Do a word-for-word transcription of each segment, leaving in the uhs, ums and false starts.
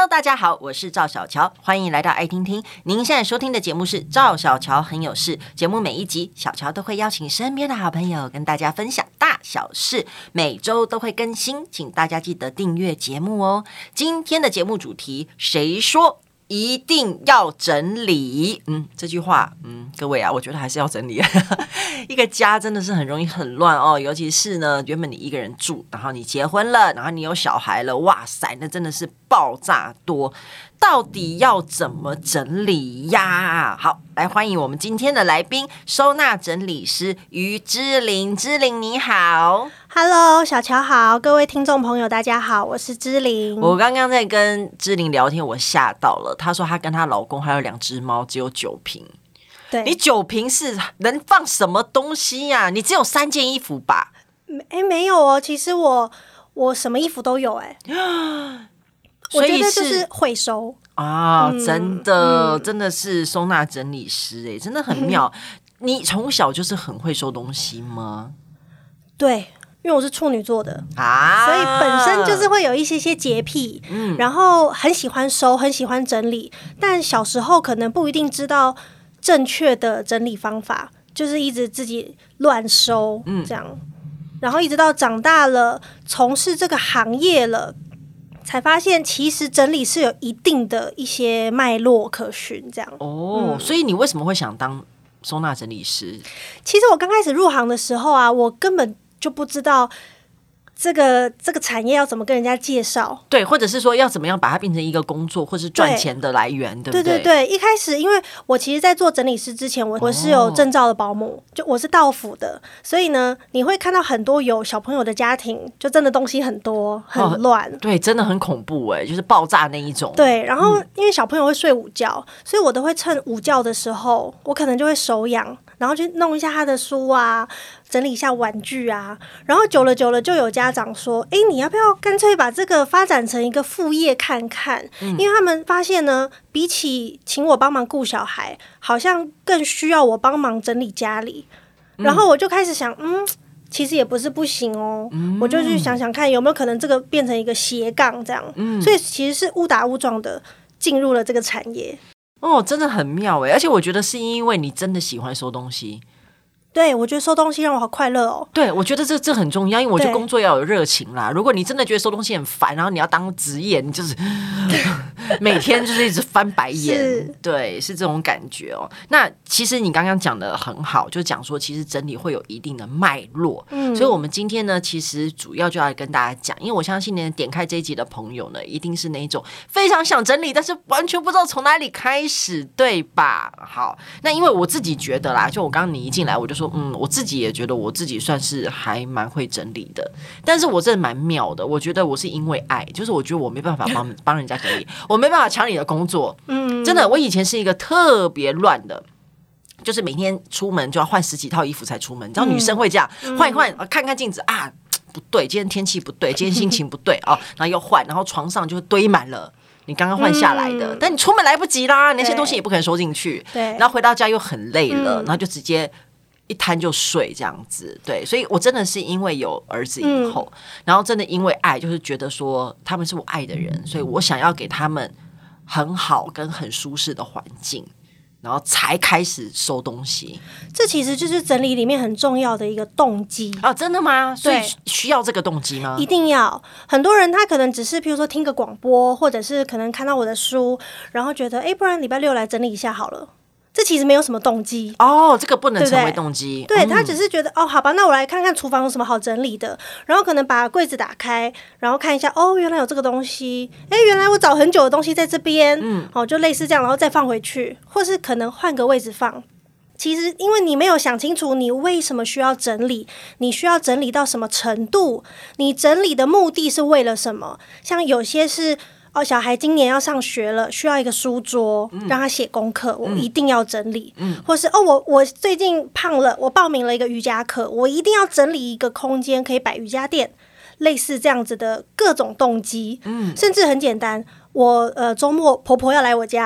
Hello， 大家好，我是赵小乔，欢迎来到爱听听。您现在收听的节目是赵小乔很有事，节目每一集小乔都会邀请身边的好朋友跟大家分享大小事，每周都会更新，请大家记得订阅节目哦。今天的节目主题，谁说一定要整理？嗯，这句话，嗯，各位啊，我觉得还是要整理。一个家真的是很容易很乱哦，尤其是呢，原本你一个人住，然后你结婚了，然后你有小孩了，哇塞，那真的是爆炸多。到底要怎么整理呀？好，来欢迎我们今天的来宾，收纳整理师于芝玲。芝玲你好。 Hello， 小乔好，各位听众朋友大家好，我是芝玲。 我刚刚在跟芝玲聊天，我吓到了。她说她跟她老公还有两只猫，只有酒瓶。 对， 你酒瓶是能放什么东西呀、啊？你只有三件衣服吧？ 哎，没有哦，其实我我什么衣服都有哎。我觉得就是会收啊、嗯，真的、 嗯、 真的是收纳整理师哎，真的很妙。你从小就是很会收东西吗？ 对，因为我是处女座的啊，所以本身就是会有一些些洁癖、嗯，然后很喜欢收，很喜欢整理，但小时候可能不一定知道正确的整理方法，就是一直自己乱收、嗯、这样，然后一直到长大了，从事这个行业了。才发现其实整理是有一定的一些脉络可循这样哦、嗯，所以你为什么会想当收纳整理师？ 其实我刚开始入行的时候啊，我根本就不知道这个这个产业要怎么跟人家介绍， 对，或者是说要怎么样把它变成一个工作或是赚钱的来源， 对, 对不对？ 对对对，一开始因为我其实在做整理师之前，我我是有证照的保姆，就我是到府的，所以呢，你会看到很多有小朋友的家庭，就真的东西很多很乱、哦， 对，真的很恐怖哎，就是爆炸那一种。 对，然后因为小朋友会睡午觉，所以我都会趁午觉的时候，我可能就会手痒，然后去弄一下他的书啊，整理一下玩具啊，然后久了久了就有家长说，哎，你要不要干脆把这个发展成一个副业看看、嗯、因为他们发现呢，比起请我帮忙顾小孩，好像更需要我帮忙整理家里、嗯、然后我就开始想，嗯，其实也不是不行哦、嗯、我就去想想看有没有可能这个变成一个斜杠这样、嗯、所以其实是误打误撞的进入了这个产业。 哦，真的很妙耶，而且我觉得是因为你真的喜欢收东西。 对，我觉得收东西让我好快乐哦。 对，我觉得这这很重要，因为我觉得工作要有热情啦。如果你真的觉得收东西很烦，然后你要当职业，你就是每天就是一直翻白眼，对，是这种感觉哦。那其实你刚刚讲的很好，就讲说其实整理会有一定的脉络、嗯、所以我们今天呢，其实主要就要跟大家讲，因为我相信呢，点开这一集的朋友呢，一定是那一种非常想整理，但是完全不知道从哪里开始，对吧？好，那因为我自己觉得啦，就我刚刚你一进来我就说，嗯，我自己也觉得我自己算是还蛮会整理的，但是我真的蛮妙的。我觉得我是因为爱，就是我觉得我没办法帮帮人家整理，我没办法抢你的工作。嗯，真的，我以前是一个特别乱的，就是每天出门就要换十几套衣服才出门。你知道女生会这样换一换，看看镜子啊，不对，今天天气不对，今天心情不对啊，然后又换，然后床上就堆满了你刚刚换下来的、嗯、但你出门来不及啦，那些东西也不可能收进去，对，然后回到家又很累了、嗯、然后就直接一摊就睡这样子。对，所以我真的是因为有儿子以后、嗯、然后真的因为爱，就是觉得说他们是我爱的人，所以我想要给他们很好跟很舒适的环境，然后才开始收东西。 这其实就是整理里面很重要的一个动机啊！真的吗？所以需要这个动机吗？ 一定要。很多人他可能只是譬如说听个广播，或者是可能看到我的书，然后觉得哎，不然礼拜六来整理一下好了。这其实没有什么动机哦，这个不能成为动机。 对，对、嗯、他只是觉得哦，好吧，那我来看看厨房有什么好整理的，然后可能把柜子打开，然后看一下，哦，原来有这个东西，哎，原来我找很久的东西在这边，嗯，哦，就类似这样，然后再放回去，或是可能换个位置放。其实因为你没有想清楚你为什么需要整理，你需要整理到什么程度，你整理的目的是为了什么。像有些是哦，小孩今年要上学了，需要一个书桌、嗯、让他写功课，我一定要整理、嗯、或是哦，我我最近胖了，我报名了一个瑜伽课，我一定要整理一个空间可以摆瑜伽垫，类似这样子的各种动机、嗯、甚至很简单，我呃周末婆婆要来我家，我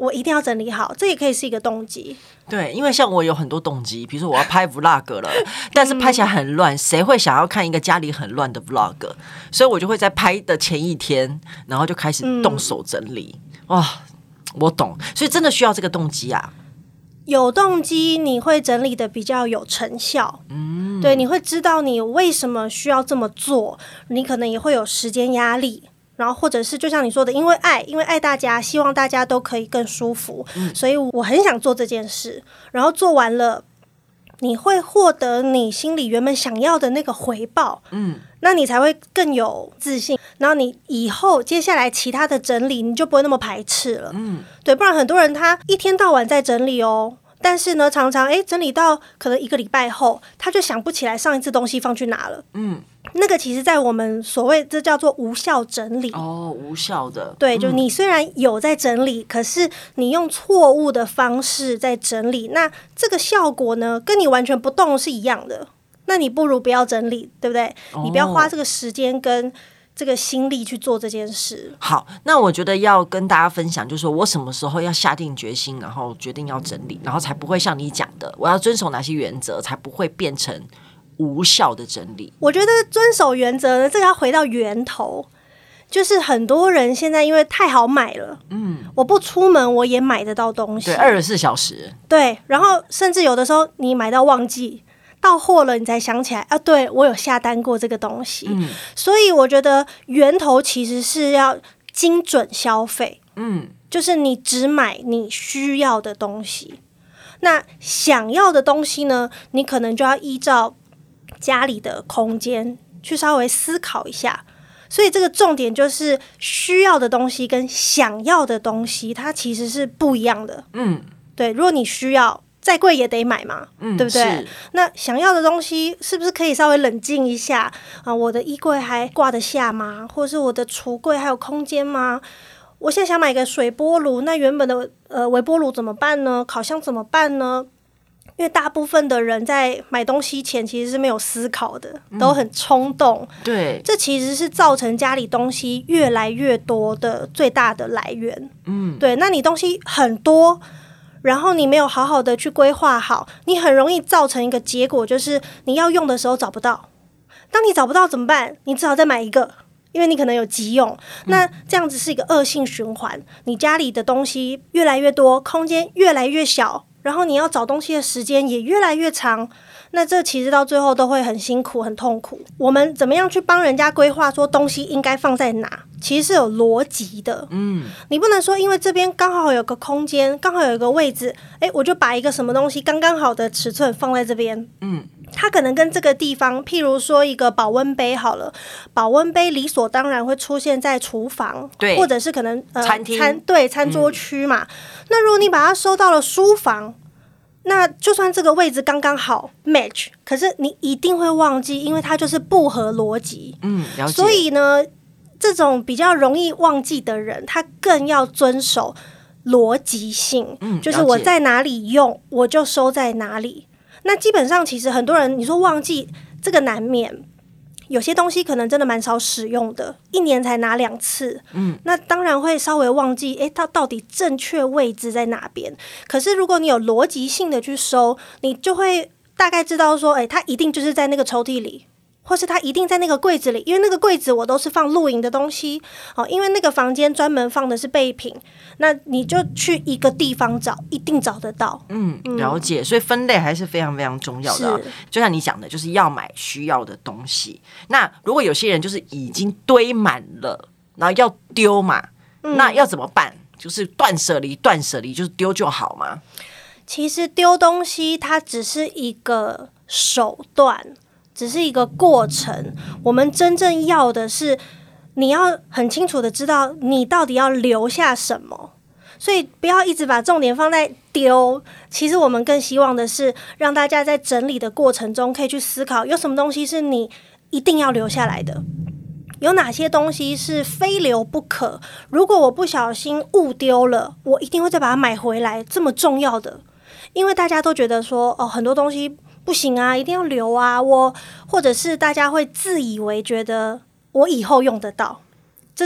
我一定要整理好，这也可以是一个动机。 对，因为像我有很多动机，比如说我要拍 vlog 了，但是拍起来很乱，谁会想要看一个家里很乱的 vlog？ 所以我就会在拍的前一天，然后就开始动手整理。哇、嗯，我懂，所以真的需要这个动机啊。 有动机，你会整理的比较有成效。嗯，对，你会知道你为什么需要这么做，你可能也会有时间压力。然后或者是就像你说的，因为爱，因为爱大家，希望大家都可以更舒服、嗯、所以我很想做这件事，然后做完了你会获得你心里原本想要的那个回报，嗯，那你才会更有自信，然后你以后接下来其他的整理你就不会那么排斥了，嗯，对，不然很多人他一天到晚在整理哦，但是呢常常诶整理到可能一个礼拜后他就想不起来上一次东西放去哪了，嗯，那个其实在我们所谓这叫做无效整理哦，无效的， 对，就你虽然有在整理、嗯、可是你用错误的方式在整理，那这个效果呢跟你完全不动是一样的，那你不如不要整理，对不对、哦、你不要花这个时间跟这个心力去做这件事。 好，那我觉得要跟大家分享就是说我什么时候要下定决心然后决定要整理，然后才不会像你讲的我要遵守哪些原则才不会变成无效的整理。 我觉得遵守原则呢，这个要回到源头，就是很多人现在因为太好买了，嗯，我不出门我也买得到东西， 对，二十四小时， 对，然后甚至有的时候你买到忘记到货了，你才想起来啊，对，我有下单过这个东西，嗯，所以我觉得源头其实是要精准消费，嗯，就是你只买你需要的东西，那想要的东西呢，你可能就要依照家里的空间去稍微思考一下，所以这个重点就是需要的东西跟想要的东西它其实是不一样的，嗯，对，如果你需要再贵也得买嘛，嗯，对不对？那想要的东西是不是可以稍微冷静一下啊？我的衣柜还挂得下吗？或者是我的橱柜还有空间吗？我现在想买个水波炉，那原本的呃微波炉怎么办呢？烤箱怎么办呢？因为大部分的人在买东西前其实是没有思考的，都很冲动，嗯，对，这其实是造成家里东西越来越多的最大的来源，嗯，对，那你东西很多，然后你没有好好的去规划好，你很容易造成一个结果，就是你要用的时候找不到，当你找不到怎么办？你只好再买一个，因为你可能有急用，那这样子是一个恶性循环，你家里的东西越来越多，空间越来越小，然后你要找东西的时间也越来越长，那这其实到最后都会很辛苦很痛苦。我们怎么样去帮人家规划说东西应该放在哪，其实是有逻辑的，嗯，你不能说因为这边刚好有个空间，刚好有个位置，诶，我就把一个什么东西刚刚好的尺寸放在这边，嗯，它可能跟这个地方，譬如说一个保温杯好了，保温杯理所当然会出现在厨房，对，或者是可能、呃、 餐厅， 餐对餐桌区嘛、嗯、那如果你把它收到了书房，那就算这个位置刚刚好 match， 可是你一定会忘记，因为它就是不合逻辑，嗯，了解。所以呢这种比较容易忘记的人，他更要遵守逻辑性、嗯、就是我在哪里用我就收在哪里。那基本上其实很多人你说忘记这个难免，有些东西可能真的蛮少使用的，一年才拿两次，嗯，那当然会稍微忘记诶它到底正确位置在哪边。可是如果你有逻辑性的去收，你就会大概知道说诶它一定就是在那个抽屉里，或是它一定在那个柜子里，因为那个柜子我都是放露营的东西、哦、因为那个房间专门放的是备品，那你就去一个地方找，一定找得到。嗯， 了解。所以分类还是非常非常重要的、啊、就像你讲的，就是要买需要的东西。那如果有些人就是已经堆满了，然后要丢嘛、嗯、那要怎么办？就是断舍离断舍离就是丢就好吗？ 其实丢东西它只是一个手段，只是一个过程，我们真正要的是你要很清楚的知道你到底要留下什么，所以不要一直把重点放在丢，其实我们更希望的是让大家在整理的过程中可以去思考有什么东西是你一定要留下来的，有哪些东西是非留不可，如果我不小心误丢了，我一定会再把它买回来，这么重要的。因为大家都觉得说哦，很多东西不行啊，一定要留啊，我或者是大家会自以为觉得我以后用得到，这是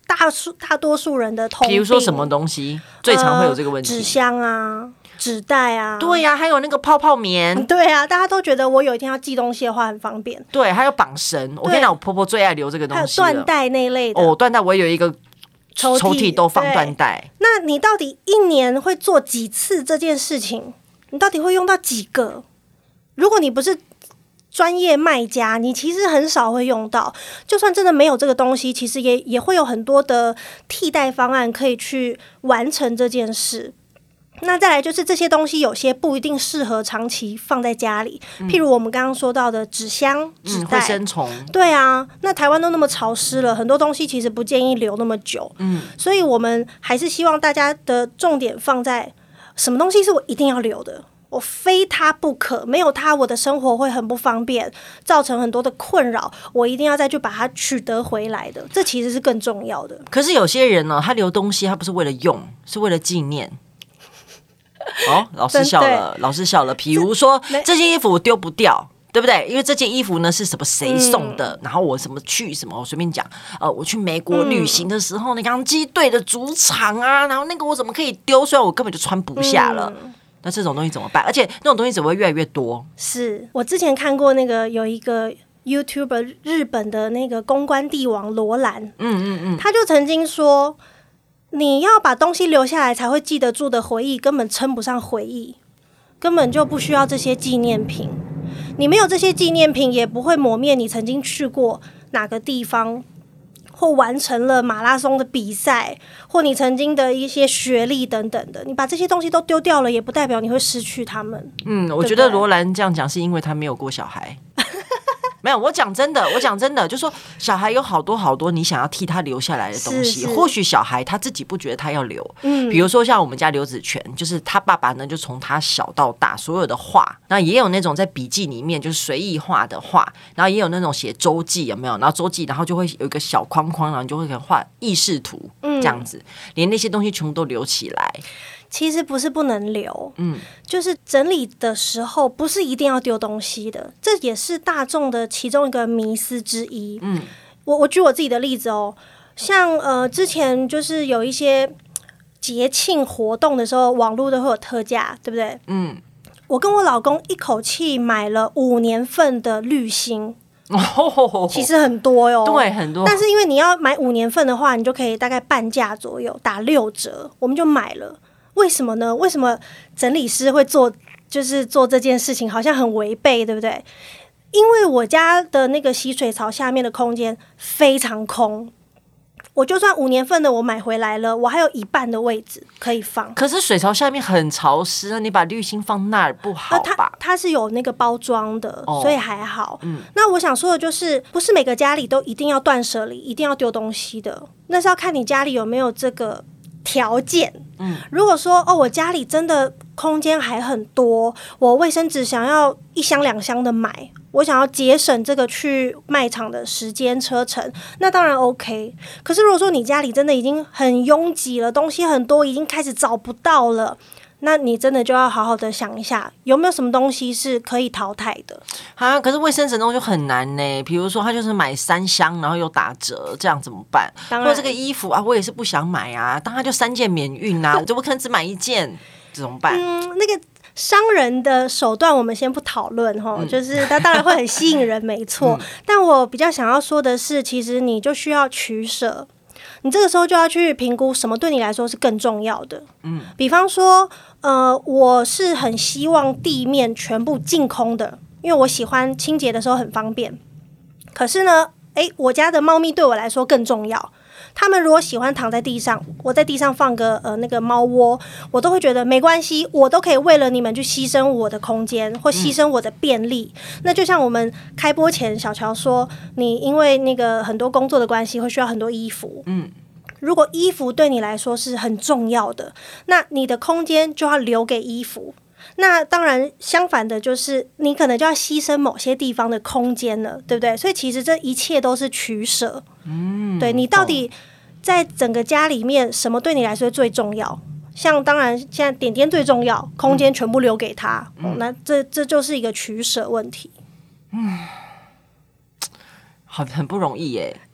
大数大多数人的通病。 比如说什么东西最常会有这个问题？ 纸、呃、箱啊，纸袋啊， 对呀、啊，还有那个泡泡棉， 对啊，大家都觉得我有一天要寄东西的话很方便。 对，还有绑绳，我跟你讲，我婆婆最爱留这个东西了。 还有缎带那类的。 哦，缎带我也有一个抽屉，抽屉都放缎带。 那你到底一年会做几次这件事情？你到底会用到几个？如果你不是专业卖家，你其实很少会用到。就算真的没有这个东西，其实也也会有很多的替代方案可以去完成这件事。那再来就是这些东西有些不一定适合长期放在家里，嗯、譬如我们刚刚说到的纸箱、纸袋、 嗯、会生虫。对啊，那台湾都那么潮湿了，很多东西其实不建议留那么久。嗯，所以我们还是希望大家的重点放在什么东西是我一定要留的。我非它不可，没有它我的生活会很不方便，造成很多的困扰，我一定要再去把它取得回来的，这其实是更重要的。 可是有些人呢，他留东西他不是为了用，是为了纪念。哦，老师笑了，老师笑了。比如说这件衣服我丢不掉，对不对？因为这件衣服呢是什么谁送的，嗯、然后我什么去什么，我随便讲，呃，我去美国旅行的时候，那洋基队的主场啊，然后那个我怎么可以丢？虽然我根本就穿不下了。嗯，那这种东西怎么办？而且那种东西只会越来越多。 是我之前看过那个有一个 YouTuber 日本的那个公关帝王罗兰，嗯嗯嗯，他就曾经说，你要把东西留下来才会记得住的回忆，根本称不上回忆，根本就不需要这些纪念品。你没有这些纪念品，也不会磨灭你曾经去过哪个地方。或完成了马拉松的比赛，或你曾经的一些学历等等的，你把这些东西都丢掉了，也不代表你会失去他们。 嗯，我觉得罗兰这样讲是因为他没有过小孩。没有，我讲真的，我讲真的，就说小孩有好多好多你想要替他留下来的东西，或许小孩他自己不觉得他要留。嗯，比如说像我们家刘子权，就是他爸爸呢，就从他小到大所有的画，那也有那种在笔记里面就是随意画的画，然后也有那种写周记，有没有？然后周记，然后就会有一个小框框，然后你就会画意识图，这样子，连那些东西全部都留起来。 其实不是不能留，嗯，就是整理的时候不是一定要丢东西的，这也是大众的其中一个迷思之一。嗯，我我举我自己的例子哦，像呃之前就是有一些节庆活动的时候，网络都会有特价，对不对？嗯，我跟我老公一口气买了五年份的滤芯。哦，其实很多哟， 对，很多。 但是因为你要买五年份的话，你就可以大概半价左右，打六折，我们就买了。为什么呢？为什么整理师会做就是做这件事情，好像很违背，对不对？因为我家的那个洗水槽下面的空间非常空，我就算五年份的我买回来了，我还有一半的位置可以放。 可是水槽下面很潮湿啊，你把滤芯放那儿不好吧？ 它它是有那个包装的，哦、所以还好。嗯，那我想说的就是，不是每个家里都一定要断舍离，一定要丢东西的，那是要看你家里有没有这个条件。嗯，如果说哦，我家里真的空间还很多，我卫生纸想要一箱两箱的买，我想要节省这个去卖场的时间车程，那当然 OK。可是如果说你家里真的已经很拥挤了，东西很多，已经开始找不到了，那你真的就要好好的想一下，有没有什么东西是可以淘汰的啊？可是卫生纸那种就很难呢。比如说他就是买三箱，然后又打折，这样怎么办？或者这个衣服啊，我也是不想买啊，当然就三件免运啊，我怎么可能只买一件？怎么办？ 嗯，那个商人的手段我们先不讨论哈，嗯、就是他当然会很吸引人，没错。嗯、但我比较想要说的是，其实你就需要取舍。你这个时候就要去评估什么对你来说是更重要的。嗯，比方说，呃，我是很希望地面全部净空的，因为我喜欢清洁的时候很方便。可是呢，诶，我家的猫咪对我来说更重要。他们如果喜欢躺在地上，我在地上放个呃那个猫窝，我都会觉得没关系，我都可以为了你们去牺牲我的空间或牺牲我的便利。嗯、那就像我们开播前小乔说，你因为那个很多工作的关系会需要很多衣服，嗯，如果衣服对你来说是很重要的，那你的空间就要留给衣服。那当然相反的就是你可能就要牺牲某些地方的空间了，对不对？所以其实这一切都是取舍。嗯，对，你到底在整个家里面什么对你来说最重要？像当然现在点点最重要，空间全部留给他，嗯哦、那这这就是一个取舍问题。 嗯，好，很不容易耶。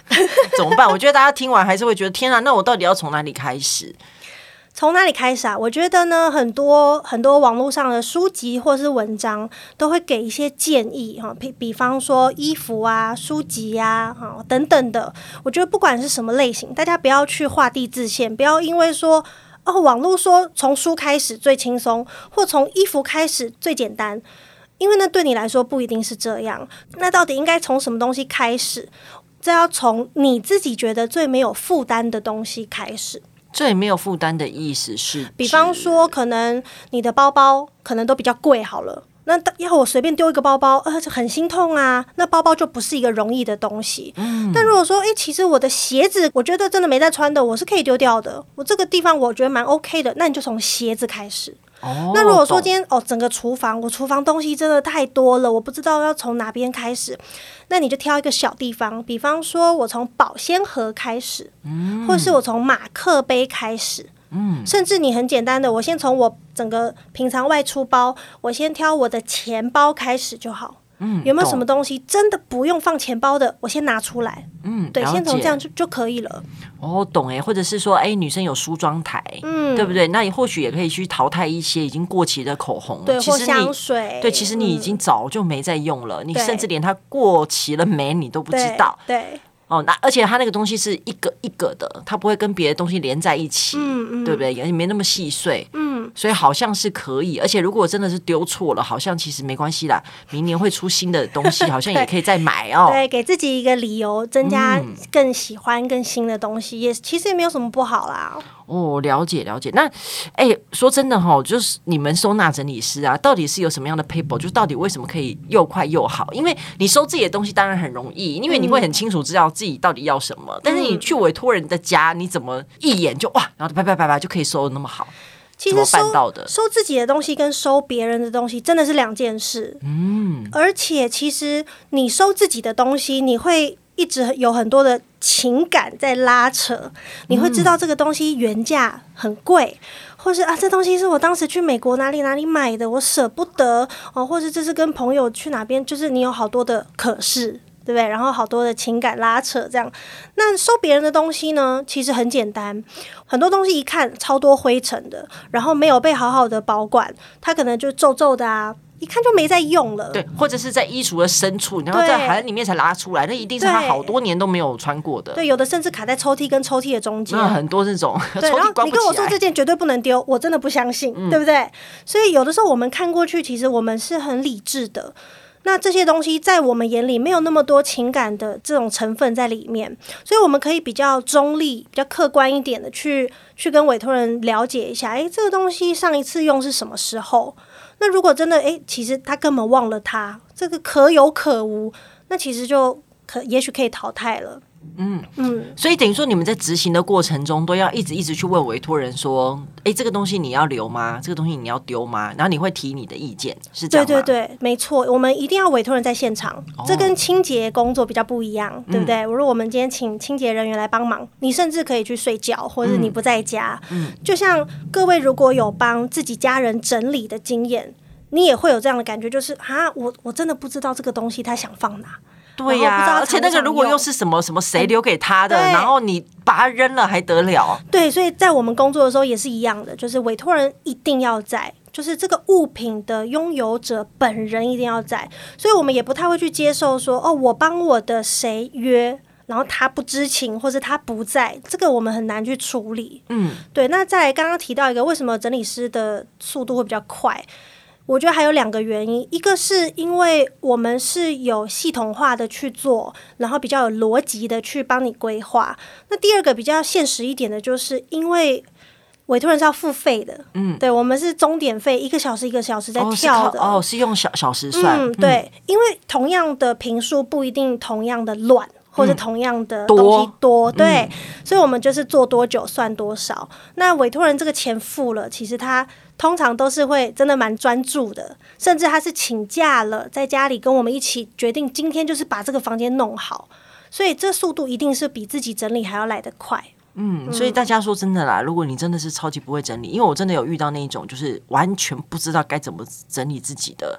怎么办？我觉得大家听完还是会觉得天啊，那我到底要从哪里开始？ 从哪里开始啊？我觉得呢，很多很多网络上的书籍或是文章都会给一些建议哈，比比方说衣服啊、书籍啊等等的。我觉得不管是什么类型，大家不要去画地自限，不要因为说哦，网络说从书开始最轻松，或从衣服开始最简单，因为呢对你来说不一定是这样。那到底应该从什么东西开始？这要从你自己觉得最没有负担的东西开始。 最没有负担的意思是， 比方说，可能你的包包可能都比较贵，好了，那要我随便丢一个包包，呃，很心痛啊。那包包就不是一个容易的东西。嗯，但如果说，哎、欸，其实我的鞋子，我觉得真的没在穿的，我是可以丢掉的。我这个地方我觉得蛮 OK 的，那你就从鞋子开始。哦，那如果说今天哦，整个厨房我厨房东西真的太多了，我不知道要从哪边开始，那你就挑一个小地方，比方说我从保鲜盒开始，嗯，或是我从马克杯开始，嗯，甚至你很简单的，我先从我整个平常外出包，我先挑我的钱包开始就好。嗯，有没有什么东西真的不用放钱包的，我先拿出来。嗯，对，先从这样就就可以了。 哦，懂哎，或者是说，哎，女生有梳妆台，嗯，对不对？那你或许也可以去淘汰一些已经过期的口红， 对，或香水， 对，其实你已经早就没在用了，嗯、你甚至连它过期了没你都不知道。 对。对哦，那而且它那个东西是一个一个的，它不会跟别的东西连在一起，嗯嗯，对不对？也没那么细碎，嗯，所以好像是可以。而且如果真的是丢错了，好像其实没关系啦，明年会出新的东西，好像也可以再买哦。 对，给自己一个理由，增加更喜欢、更新的东西，也其实也没有什么不好啦。 哦，了解了解。那，哎，说真的哈、哦，就是你们收纳整理师啊，到底是有什么样的 paper？ 就是到底为什么可以又快又好？因为你收自己的东西当然很容易，因为你会很清楚知道自己到底要什么。嗯、但是你去委托人的家，你怎么一眼就哇，然后拍拍拍拍就可以收的那么好？ 其实收收自己的东西跟收别人的东西真的是两件事。嗯，而且其实你收自己的东西，你会一直有很多的情感在拉扯，你会知道这个东西原价很贵，或是啊这东西是我当时去美国哪里哪里买的，我舍不得哦，或是这是跟朋友去哪边，就是你有好多的可是。对不对？然后好多的情感拉扯，这样。那收别人的东西呢？其实很简单，很多东西一看超多灰尘的，然后没有被好好的保管，它可能就皱皱的啊，一看就没在用了。 对，或者是在衣橱的深处，然后在海里面才拉出来，那一定是他好多年都没有穿过的。 对，有的甚至卡在抽屉跟抽屉的中间。 那很多这种， 对， 抽屉关不起来。 然后你跟我说这件绝对不能丢，我真的不相信，嗯、对不对？所以有的时候我们看过去，其实我们是很理智的。那这些东西在我们眼里没有那么多情感的这种成分在里面，所以我们可以比较中立、比较客观一点的去去跟委托人了解一下，哎，这个东西上一次用是什么时候？那如果真的哎，其实他根本忘了它，这个可有可无，那其实就可也许可以淘汰了。嗯嗯，所以等于说你们在执行的过程中都要一直一直去问委托人说，哎，这个东西你要留吗？这个东西你要丢吗？然后你会提你的意见，是这样吗？ 对对对，没错，我们一定要委托人在现场，哦、这跟清洁工作比较不一样，对不对？嗯、如果我们今天请清洁人员来帮忙，你甚至可以去睡觉，或者你不在家。嗯，就像各位如果有帮自己家人整理的经验，你也会有这样的感觉，就是啊，我我真的不知道这个东西他想放哪。 对呀、啊，而且那个如果又是什么什么谁留给他的，然后你把它扔了还得了？ 对，所以在我们工作的时候也是一样的，就是委托人一定要在，就是这个物品的拥有者本人一定要在，所以我们也不太会去接受说，哦，我帮我的谁约，然后他不知情或是他不在，这个我们很难去处理。嗯，对。那再来刚刚提到一个，为什么整理师的速度会比较快？我觉得还有两个原因，一个是因为我们是有系统化的去做，然后比较有逻辑的去帮你规划。那第二个比较现实一点的，就是因为委托人是要付费的，嗯，对，我们是钟点费，一个小时一个小时在跳的， 哦，是, 哦是用小小时算， 嗯，对，嗯、因为同样的坪数不一定同样的乱。或者同样的东西多， 嗯、 对、嗯，所以我们就是做多久算多少。那委托人这个钱付了，其实他通常都是会真的蛮专注的，甚至他是请假了，在家里跟我们一起决定今天就是把这个房间弄好，所以这速度一定是比自己整理还要来得快。 嗯，所以大家说真的啦，如果你真的是超级不会整理，因为我真的有遇到那一种就是完全不知道该怎么整理自己的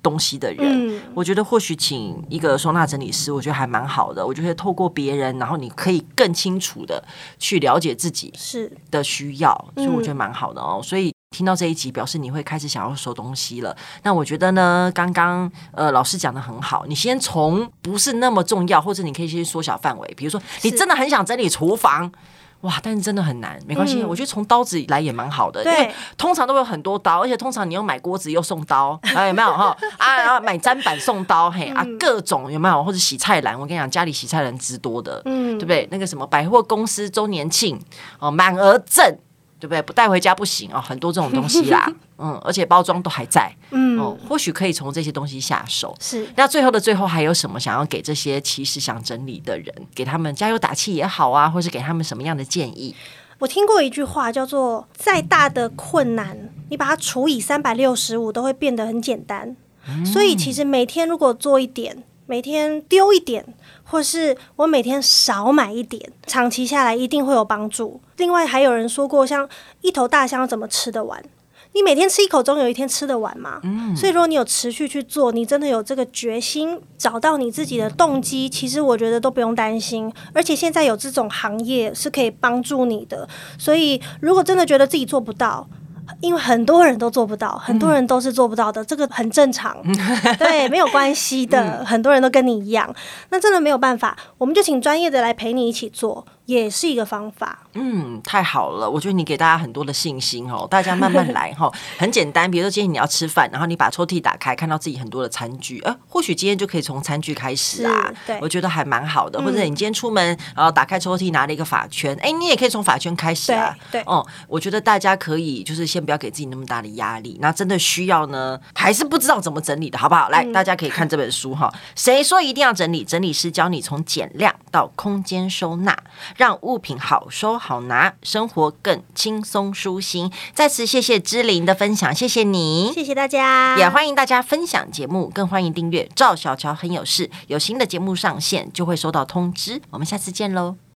东西的人、嗯、我觉得或许请一个收纳整理师我觉得还蛮好的，我觉得透过别人然后你可以更清楚的去了解自己的需要，所以我觉得蛮好的哦、嗯、所以听到这一集表示你会开始想要收东西了，那我觉得呢刚刚呃老师讲的很好，你先从不是那么重要，或者你可以先缩小范围，比如说你真的很想整理厨房，哇，但是真的很难，没关系、嗯、我觉得从刀子来也蛮好的，因为通常都会有很多刀，而且通常你又买锅子又送刀啊，有没有哈啊？然后买砧板送刀，嘿啊，各种有没有？或者洗菜篮，我跟你讲，家里洗菜篮之多的，嗯，对不对？那个什么百货公司周年庆哦，满额赠。对不对？不带回家不行哦，很多这种东西啦，嗯，而且包装都还在，嗯，哦，或许可以从这些东西下手。是，那最后的最后还有什么想要给这些其实想整理的人，给他们加油打气也好啊，或是给他们什么样的建议？ 我听过一句话叫做：再大的困难，你把它除以三百六十五，都会变得很简单。嗯、所以其实每天如果做一点，每天丢一点。或是我每天少买一点，长期下来一定会有帮助。另外还有人说过，像一头大象要怎么吃得完？你每天吃一口，总有一天吃得完嘛。嗯，所以如果你有持续去做，你真的有这个决心，找到你自己的动机，其实我觉得都不用担心。而且现在有这种行业是可以帮助你的，所以如果真的觉得自己做不到，因为很多人都做不到，很多人都是做不到的，嗯、这个很正常，对，没有关系的、嗯，很多人都跟你一样，那真的没有办法，我们就请专业的来陪你一起做，也是一个方法。嗯， 太好了，我觉得你给大家很多的信心哦，大家慢慢来哈，很简单。比如说今天你要吃饭，然后你把抽屉打开，看到自己很多的餐具，呃，或许今天就可以从餐具开始啊，对，我觉得还蛮好的。或者你今天出门，然后打开抽屉拿了一个发圈，哎，你也可以从发圈开始啊，对，对哦，我觉得大家可以就是先不要给自己那么大的压力，那真的需要呢，还是不知道怎么整理的，好不好？来，嗯、大家可以看这本书哈，谁说一定要整理？整理师教你从减量到空间收纳，让物品好收好拿，生活更轻松舒心。再次谢谢芝绫的分享，谢谢你， 谢谢大家， 也欢迎大家分享节目，更欢迎订阅赵小乔很有事，有新的节目上线就会收到通知。我们下次见喽。